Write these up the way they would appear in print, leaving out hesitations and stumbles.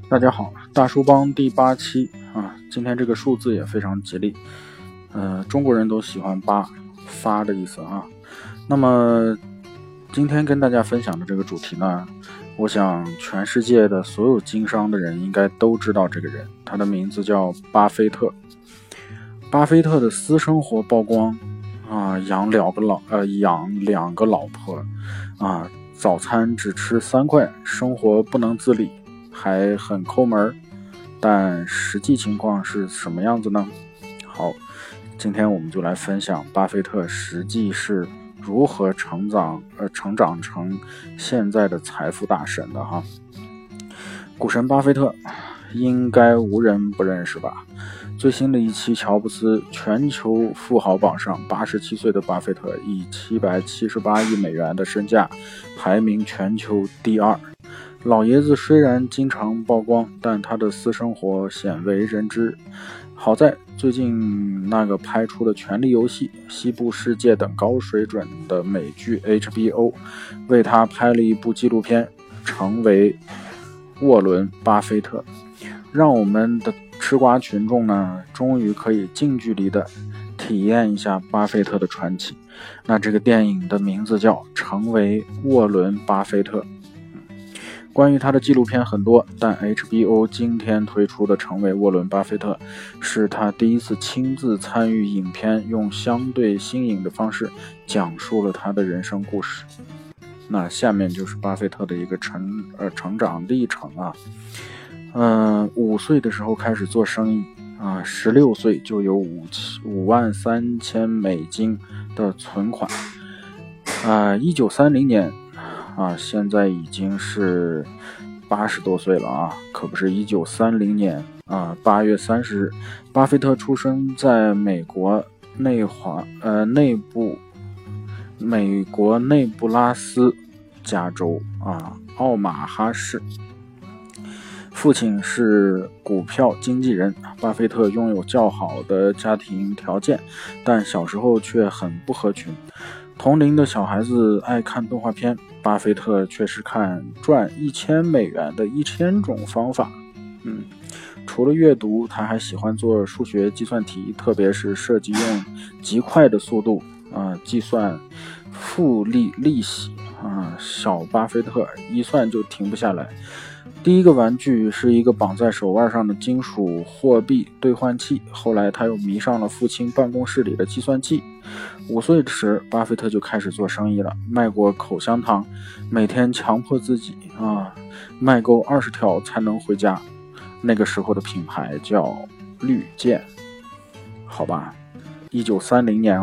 大家好，大叔帮第8期啊，今天这个数字也非常吉利，中国人都喜欢发的意思啊。那么今天跟大家分享的这个主题呢，我想全世界的所有经商的人应该都知道这个人，他的名字叫巴菲特。巴菲特的私生活曝光啊，养2个老婆啊，早餐只吃3块，生活不能自理，还很抠门，但实际情况是什么样子呢？好，今天我们就来分享巴菲特实际是如何成长成现在的财富大神的哈。股神巴菲特应该无人不认识吧？最新的一期乔布斯全球富豪榜上，87岁的巴菲特以778亿美元的身价排名全球第2。老爷子虽然经常曝光，但他的私生活鲜为人知。好在最近那个拍出的《权力游戏》、《西部世界》等高水准的美剧 HBO 为他拍了一部纪录片，成为沃伦·巴菲特，让我们的吃瓜群众呢，终于可以近距离的体验一下巴菲特的传奇。那这个电影的名字叫《成为沃伦·巴菲特》。关于他的纪录片很多，但 HBO 今天推出的《成为沃伦·巴菲特》是他第一次亲自参与影片，用相对新颖的方式讲述了他的人生故事。那下面就是巴菲特的一个成长历程啊。5岁的时候开始做生意啊，16岁就有53000美金的存款1930年啊，现在已经是80多岁了啊，可不是1930年啊8月30日，巴菲特出生在美国内布拉斯加州奥马哈市。父亲是股票经纪人，巴菲特拥有较好的家庭条件，但小时候却很不合群。同龄的小孩子爱看动画片，巴菲特却是看赚1000美元的1000种方法。除了阅读，他还喜欢做数学计算题，特别是设计用极快的速度计算复利利息小巴菲特一算就停不下来。第一个玩具是一个绑在手腕上的金属货币兑换器，后来他又迷上了父亲办公室里的计算器。5岁时，巴菲特就开始做生意了，卖过口香糖，每天强迫自己卖够20条才能回家。那个时候的品牌叫绿箭，好吧，1930年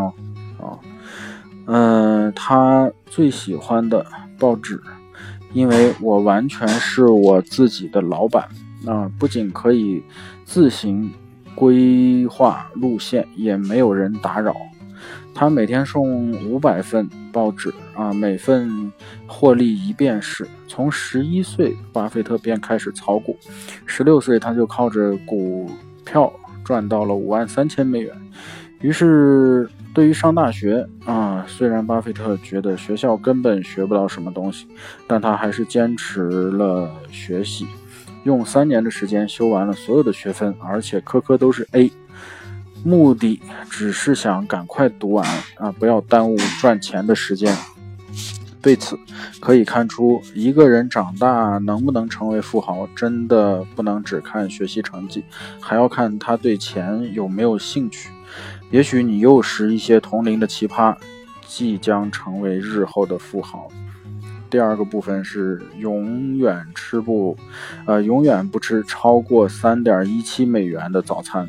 他最喜欢的报纸，因为我完全是我自己的老板不仅可以自行规划路线，也没有人打扰。他每天送500份报纸每份获利1便士。从11岁，巴菲特便开始炒股，16岁他就靠着股票赚到了53000美元。于是对于上大学虽然巴菲特觉得学校根本学不到什么东西，但他还是坚持了学习，用3年的时间修完了所有的学分，而且科科都是 A， 目的只是想赶快读完不要耽误赚钱的时间。对此可以看出，一个人长大能不能成为富豪，真的不能只看学习成绩，还要看他对钱有没有兴趣。也许你又是一些同龄的奇葩，即将成为日后的富豪。第二个部分是永远不吃超过 3.17 美元的早餐。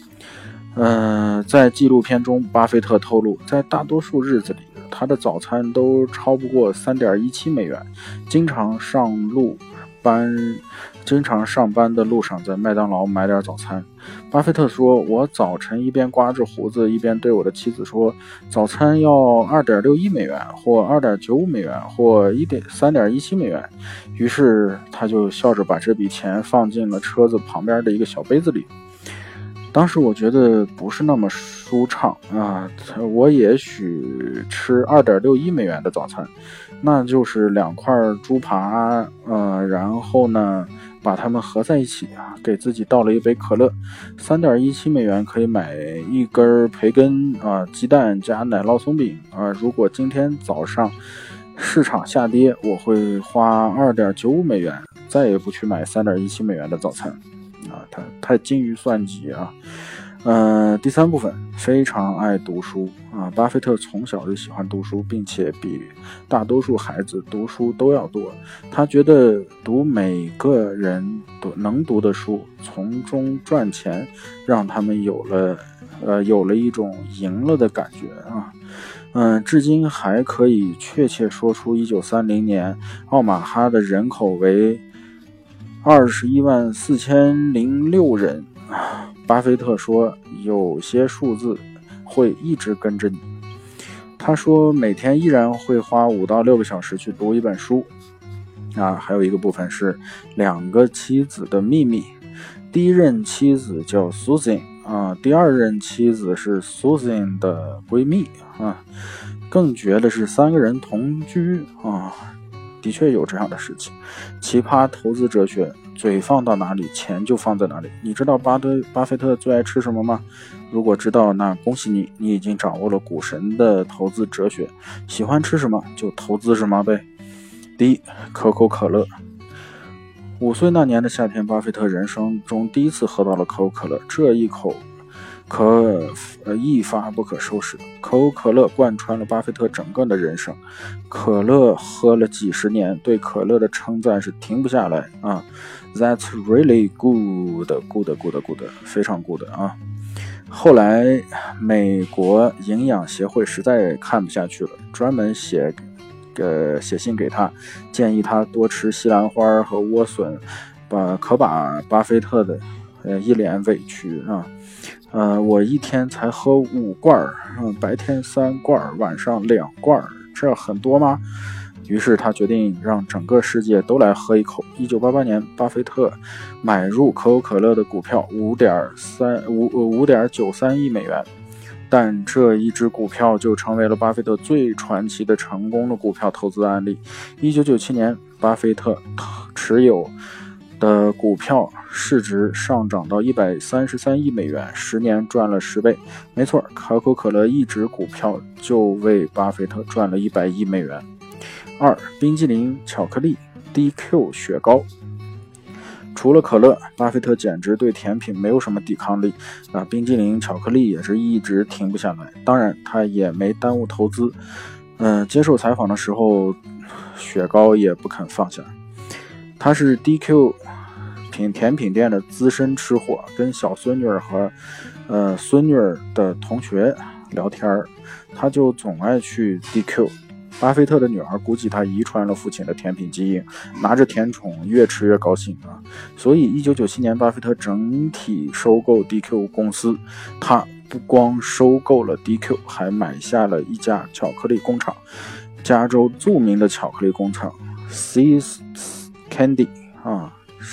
在纪录片中，巴菲特透露，在大多数日子里，他的早餐都超不过 3.17 美元，经常上班的路上在麦当劳买点早餐。巴菲特说，我早晨一边刮着胡子，一边对我的妻子说，早餐要 2.61 美元或 2.95 美元或 3.17 美元。于是他就笑着把这笔钱放进了车子旁边的一个小杯子里。当时我觉得不是那么舒畅我也许吃 2.61 美元的早餐，那就是2块猪扒然后呢把它们合在一起啊，给自己倒了一杯可乐，3.17美元可以买一根培根啊，鸡蛋加奶酪松饼啊。如果今天早上市场下跌，我会花2.95美元，再也不去买3.17美元的早餐啊，它太精于算计啊。第三部分，非常爱读书啊。巴菲特从小就喜欢读书，并且比大多数孩子读书都要多。他觉得读每个人能读的书，从中赚钱，让他们有了一种赢了的感觉啊。至今还可以确切说出1930年奥马哈的人口为214006人。巴菲特说，有些数字会一直跟着你。他说，每天依然会花5到6个小时去读一本书啊。还有一个部分是2个妻子的秘密。第一任妻子叫 Susan 啊，第二任妻子是 Susan 的闺蜜啊。更绝的是3个人同居啊，的确有这样的事情。奇葩投资哲学，嘴放到哪里，钱就放在哪里。你知道巴菲特最爱吃什么吗？如果知道，那恭喜你，你已经掌握了股神的投资哲学。喜欢吃什么就投资什么呗。第一，可口可乐。5岁那年的夏天，巴菲特人生中第一次喝到了可口可乐，这一口一发不可收拾。可口可乐贯穿了巴菲特整个的人生，可乐喝了几十年，对可乐的称赞是停不下来啊。That's really good， 非常 good 啊。后来美国营养协会实在看不下去了，专门写信给他，建议他多吃西兰花和莴笋，把巴菲特的一脸委屈啊。我一天才喝5罐，白天3罐，晚上2罐，这很多吗？于是他决定让整个世界都来喝一口。1988年，巴菲特买入可口可乐的股票5.93亿美元，但这一只股票就成为了巴菲特最传奇的成功的股票投资案例。1997年，巴菲特持有的股票市值上涨到133亿美元，10年赚了10倍。没错，可口可乐一只股票就为巴菲特赚了100亿美元。2. 冰激凌、巧克力、DQ 雪糕。除了可乐，巴菲特简直对甜品没有什么抵抗力啊！冰激凌、巧克力也是一直停不下来。当然，他也没耽误投资。接受采访的时候，雪糕也不肯放下。他是 DQ 甜品店的资深吃货，跟小孙女和孙女的同学聊天，他就总爱去 DQ。巴菲特的女儿估计他遗传了父亲的甜品基因，拿着甜宠越吃越高兴啊！所以1997年巴菲特整体收购 DQ 公司，他不光收购了 DQ， 还买下了一家巧克力工厂，加州著名的巧克力工厂 See's Candy 啊。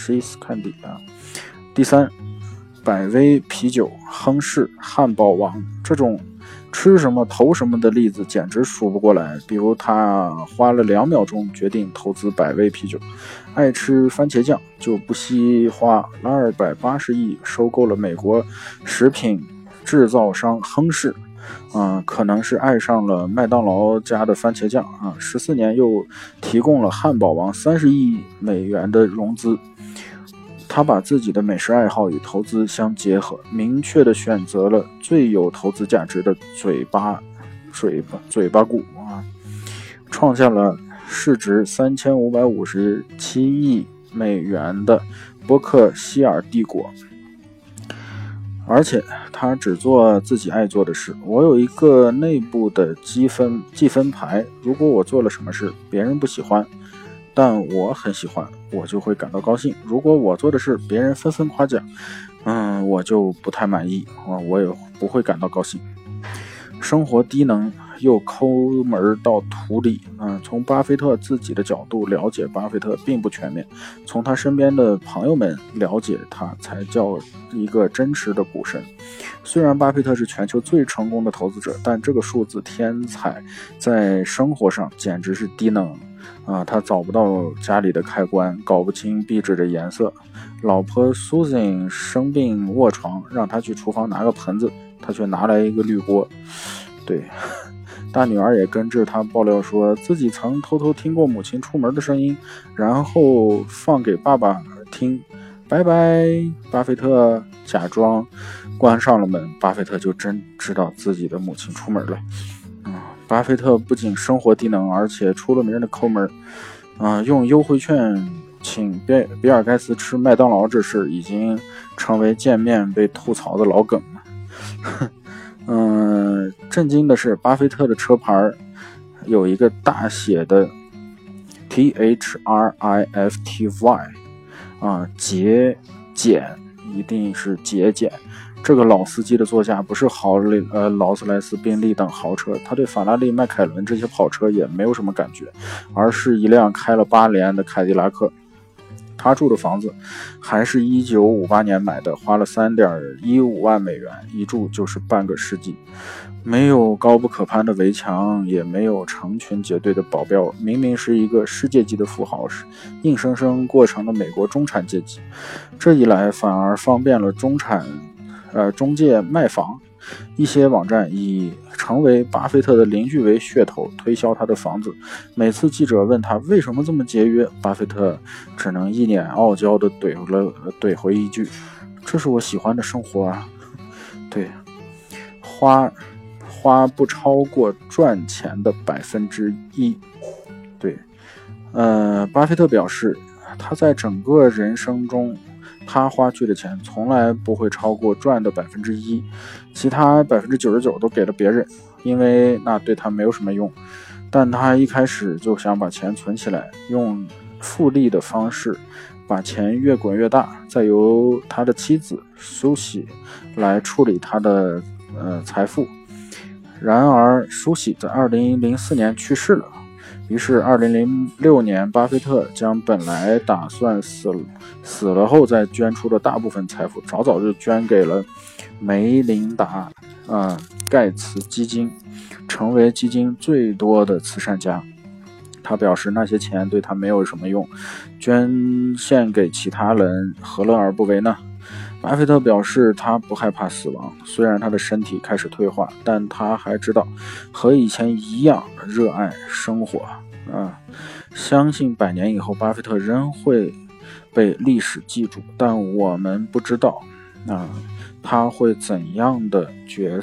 第3，百威啤酒、亨氏、汉堡王，这种吃什么投什么的例子简直数不过来。比如他花了2秒钟决定投资百威啤酒，爱吃番茄酱就不惜花280亿收购了美国食品制造商亨氏。可能是爱上了麦当劳家的番茄酱啊，14年又提供了汉堡王30亿美元的融资。他把自己的美食爱好与投资相结合，明确地选择了最有投资价值的嘴巴股啊，创下了市值3557亿美元的伯克希尔帝国。而且他只做自己爱做的事。我有一个内部的积分牌，如果我做了什么事别人不喜欢，但我很喜欢，我就会感到高兴。如果我做的事别人纷纷夸奖，我就不太满意我也不会感到高兴。生活低能又抠门到土里从巴菲特自己的角度了解巴菲特并不全面，从他身边的朋友们了解他才叫一个真实的股神。虽然巴菲特是全球最成功的投资者，但这个数字天才在生活上简直是低能。 他找不到家里的开关，搞不清壁纸的颜色。老婆 Susan 生病卧床，让他去厨房拿个盆子，他却拿来一个滤锅。对，大女儿也跟着他爆料说自己曾偷偷听过母亲出门的声音，然后放给爸爸听。拜拜，巴菲特假装关上了门，巴菲特就真知道自己的母亲出门了。巴菲特不仅生活低能，而且出了名的抠门。用优惠券请比尔盖茨吃麦当劳这事已经成为见面被吐槽的老梗了。震惊的是，巴菲特的车牌有一个大写的 THRIFTY。节俭一定是节俭。这个老司机的座驾不是劳斯莱斯、宾利等豪车，他对法拉利、迈凯伦这些跑车也没有什么感觉，而是一辆开了8年的凯迪拉克。他住的房子还是1958年买的，花了3.15万美元，一住就是半个世纪。没有高不可攀的围墙，也没有成群结队的保镖，明明是一个世界级的富豪，硬生生过成了美国中产阶级。这一来反而方便了中介卖房，一些网站以成为巴菲特的邻居为噱头推销他的房子。每次记者问他为什么这么节约，巴菲特只能一脸傲娇地怼回一句：“这是我喜欢的生活啊。”对，花不超过赚钱的1%。对，巴菲特表示，他在整个人生中，他花去的钱从来不会超过赚的1%，其他99%都给了别人，因为那对他没有什么用。但他一开始就想把钱存起来，用复利的方式把钱越滚越大，再由他的妻子苏西来处理他的财富。然而苏西在2004年去世了，于是2006年巴菲特将本来打算死了后再捐出的大部分财富早就捐给了梅琳达盖茨基金，成为基金最多的慈善家。他表示那些钱对他没有什么用，捐献给其他人何乐而不为呢？巴菲特表示他不害怕死亡，虽然他的身体开始退化，但他还知道和以前一样热爱生活相信100年以后巴菲特仍会被历史记住，但我们不知道他会以怎样的角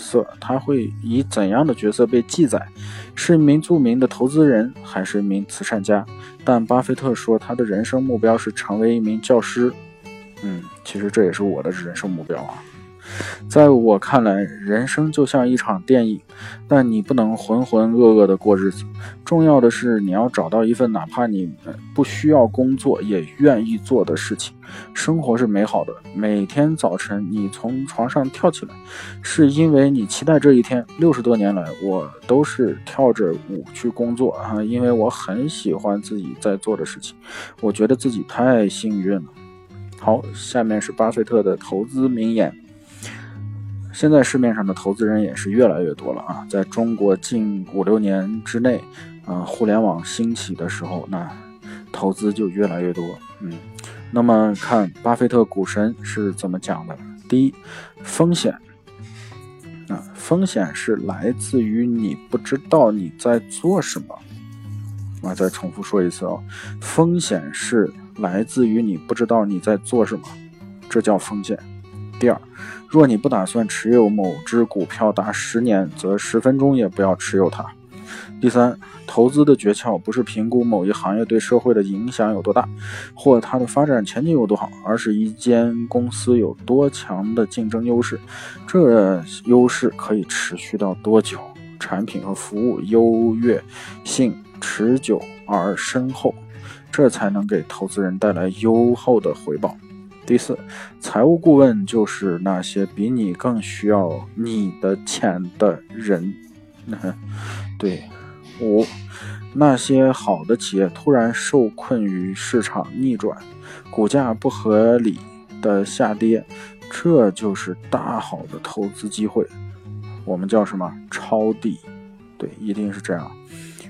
色被记载，是一名著名的投资人还是一名慈善家。但巴菲特说他的人生目标是成为一名教师。其实这也是我的人生目标啊。在我看来，人生就像一场电影，但你不能浑浑噩噩的过日子。重要的是你要找到一份哪怕你不需要工作也愿意做的事情。生活是美好的，每天早晨你从床上跳起来，是因为你期待这一天。60多年来，我都是跳着舞去工作因为我很喜欢自己在做的事情，我觉得自己太幸运了。好，下面是巴菲特的投资名言。现在市面上的投资人也是越来越多了在中国近5-6年之内互联网兴起的时候，那投资就越来越多。那么看巴菲特股神是怎么讲的。第一，风险风险是来自于你不知道你在做什么。再重复说一次风险是来自于你不知道你在做什么，这叫风险。第二，若你不打算持有某只股票达10年，则10分钟也不要持有它。第三，投资的诀窍不是评估某一行业对社会的影响有多大，或它的发展前景有多好，而是一间公司有多强的竞争优势，这优势可以持续到多久，产品和服务优越性持久而深厚，这才能给投资人带来优厚的回报。第四，财务顾问就是那些比你更需要你的钱的人。对。5，那些好的企业突然受困于市场逆转，股价不合理的下跌，这就是大好的投资机会。我们叫什么？抄底。对，一定是这样。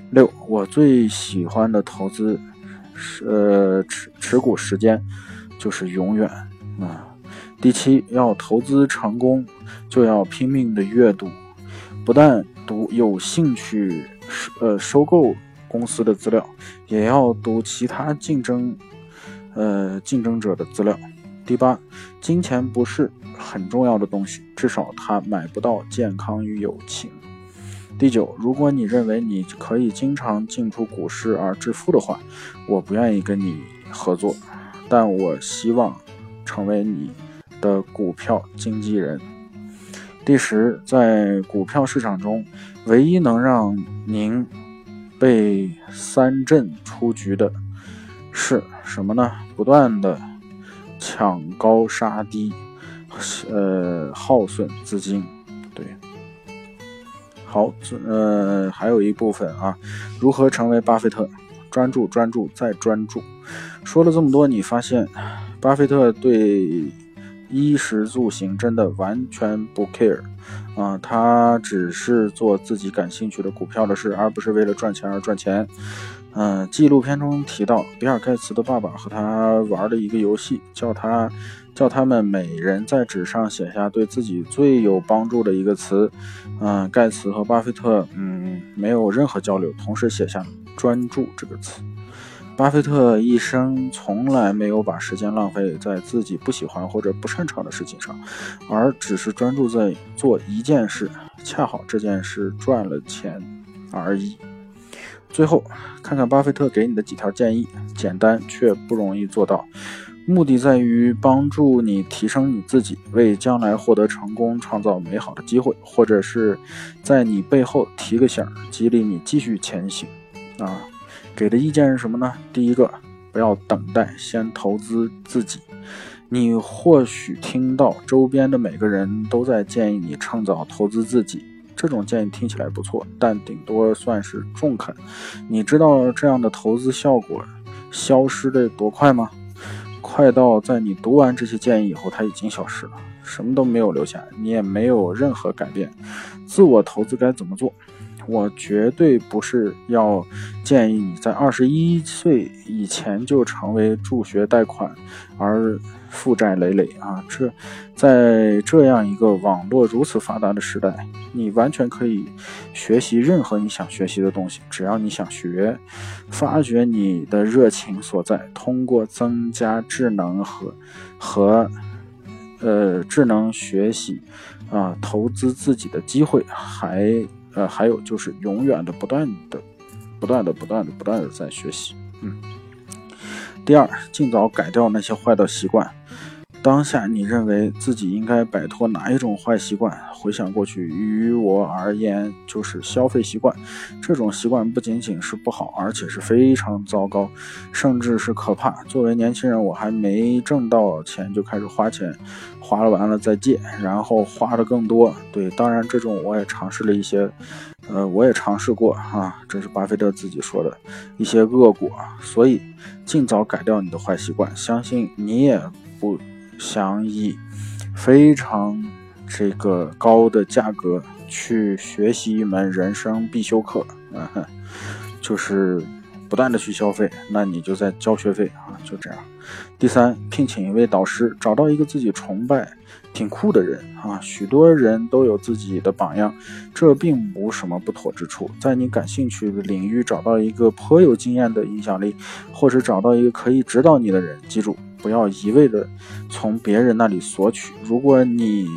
6，我最喜欢的投资持股时间就是永远啊。第7，要投资成功就要拼命的阅读，不但读有兴趣收购公司的资料，也要读其他竞争者的资料。第8，金钱不是很重要的东西，至少它买不到健康与友情。第9，如果你认为你可以经常进出股市而致富的话，我不愿意跟你合作，但我希望成为你的股票经纪人。第10，在股票市场中，唯一能让您被3振出局的是什么呢？不断的抢高杀低，耗损资金。对，好，还有一部分啊，如何成为巴菲特？专注，专注，再专注。说了这么多，你发现巴菲特对衣食住行真的完全不 care 啊，他只是做自己感兴趣的股票的事，而不是为了赚钱而赚钱。纪录片中提到，比尔盖茨的爸爸和他玩的一个游戏，叫他们每人在纸上写下对自己最有帮助的一个词。盖茨和巴菲特没有任何交流，同时写下专注这个词。巴菲特一生从来没有把时间浪费在自己不喜欢或者不擅长的事情上，而只是专注在做一件事，恰好这件事赚了钱而已。最后看看巴菲特给你的几条建议，简单却不容易做到，目的在于帮助你提升你自己，为将来获得成功创造美好的机会，或者是在你背后提个醒，激励你继续前行啊。给的意见是什么呢？第一个，不要等待，先投资自己。你或许听到周边的每个人都在建议你趁早投资自己，这种建议听起来不错，但顶多算是中肯。你知道这样的投资效果消失的多快吗？快到在你读完这些建议以后，它已经消失了，什么都没有留下，你也没有任何改变。自我投资该怎么做？我绝对不是要建议你在21岁以前就成为助学贷款而负债累累啊！在这样一个网络如此发达的时代，你完全可以学习任何你想学习的东西，只要你想学，发掘你的热情所在，通过增加智能和智能学习投资自己的机会，还有就是永远的不断的在学习。第2，尽早改掉那些坏的习惯。当下你认为自己应该摆脱哪一种坏习惯？回想过去，于我而言就是消费习惯。这种习惯不仅仅是不好，而且是非常糟糕，甚至是可怕。作为年轻人，我还没挣到钱就开始花钱，花了完了再借，然后花的更多。对，当然这种我也尝试了一些我也尝试过这是巴菲特自己说的一些恶果。所以尽早改掉你的坏习惯，相信你也不想以非常高的价格去学习一门人生必修课就是不断的去消费，那你就在交学费就这样。第3，聘请一位导师，找到一个自己崇拜挺酷的人许多人都有自己的榜样，这并无什么不妥之处。在你感兴趣的领域找到一个颇有经验的影响力，或者找到一个可以指导你的人，记住不要一味的从别人那里索取。如果你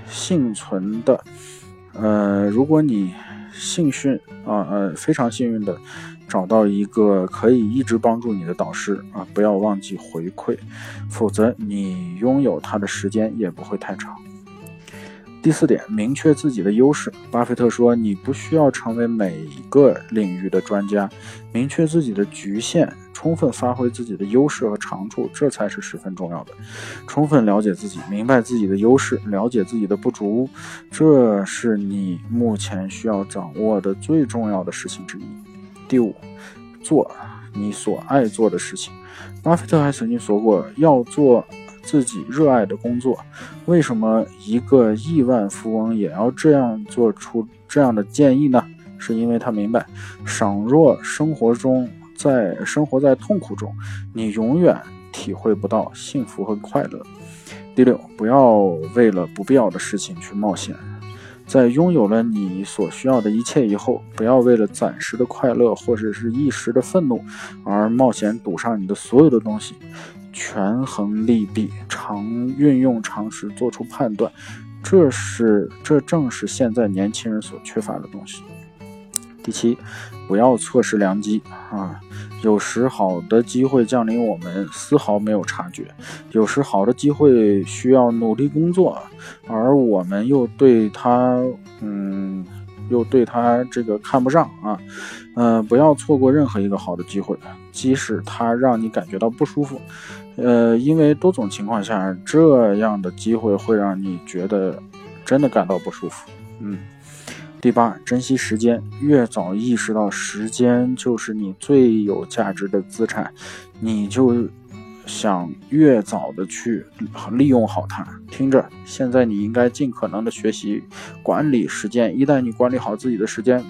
非常幸运的找到一个可以一直帮助你的导师不要忘记回馈，否则你拥有他的时间也不会太长。第4点，明确自己的优势。巴菲特说，你不需要成为每个领域的专家，明确自己的局限，充分发挥自己的优势和长处，这才是十分重要的。充分了解自己，明白自己的优势，了解自己的不足，这是你目前需要掌握的最重要的事情之一。第5，做你所爱做的事情。巴菲特还曾经说过，要做自己热爱的工作。为什么一个亿万富翁也要这样做出这样的建议呢？ 是因为他明白，倘若生活在痛苦中，你永远体会不到幸福和快乐。第六，不要为了不必要的事情去冒险。在拥有了你所需要的一切以后，不要为了暂时的快乐或者是一时的愤怒而冒险赌上你的所有的东西。权衡利弊，运用常识做出判断，这正是现在年轻人所缺乏的东西。第七，不要错失良机啊！有时好的机会降临我们丝毫没有察觉，有时好的机会需要努力工作，而我们又对它这个看不上啊。不要错过任何一个好的机会，即使它让你感觉到不舒服。因为多种情况下，这样的机会会让你觉得真的感到不舒服。第八，珍惜时间，越早意识到时间就是你最有价值的资产，你就想越早的去利用好它。听着，现在你应该尽可能的学习管理时间，一旦你管理好自己的时间，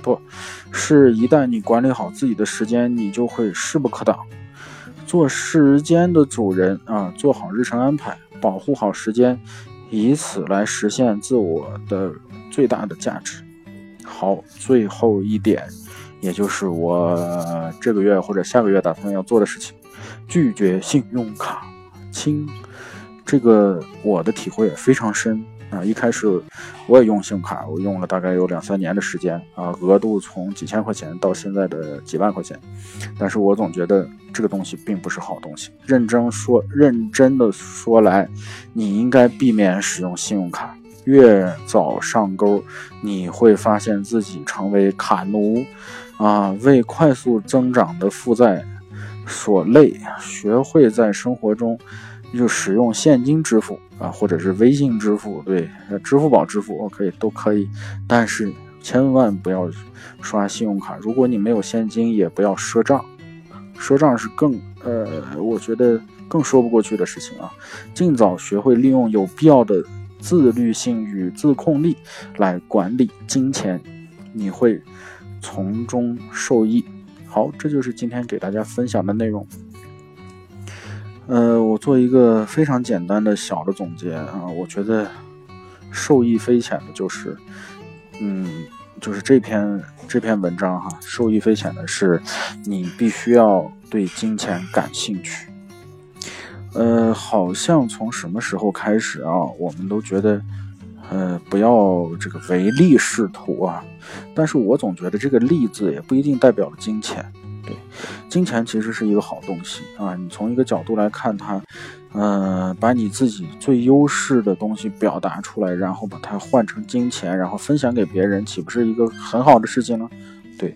你就会势不可挡。做时间的主人啊，做好日程安排，保护好时间，以此来实现自我的最大的价值。好，最后一点，也就是我这个月或者下个月打算要做的事情，拒绝信用卡清。这个我的体会也非常深啊！一开始我也用信用卡，我用了大概有2-3年的时间啊，额度从几千块钱到现在的几万块钱，但是我总觉得这个东西并不是好东西。认真的说来，你应该避免使用信用卡。越早上钩，你会发现自己成为卡奴啊，为快速增长的负债所累。学会在生活中就使用现金支付啊，或者是微信支付，对，支付宝支付都可以，但是千万不要刷信用卡。如果你没有现金，也不要赊账，赊账是我觉得更说不过去的事情啊。尽早学会利用有必要的自律性与自控力来管理金钱，你会从中受益。好，这就是今天给大家分享的内容。我做一个非常简单的小的总结啊，我觉得受益匪浅的就是这篇文章哈，受益匪浅的是你必须要对金钱感兴趣。好像从什么时候开始啊，我们都觉得不要这个唯利是图啊，但是我总觉得这个利字也不一定代表了金钱。对，金钱其实是一个好东西啊，你从一个角度来看它，把你自己最优势的东西表达出来，然后把它换成金钱，然后分享给别人，岂不是一个很好的事情呢？对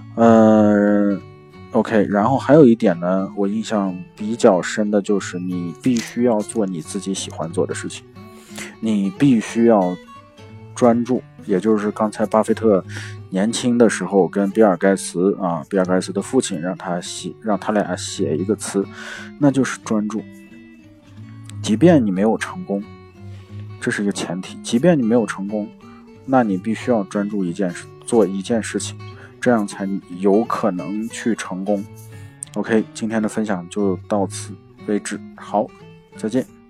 ，OK， 然后还有一点呢，我印象比较深的就是你必须要做你自己喜欢做的事情，你必须要专注，也就是刚才巴菲特年轻的时候跟比尔盖茨的父亲让他俩写一个词，那就是专注。即便你没有成功，这是一个前提，即便你没有成功，那你必须要专注做一件事情，这样才有可能去成功。OK， 今天的分享就到此为止，好，再见。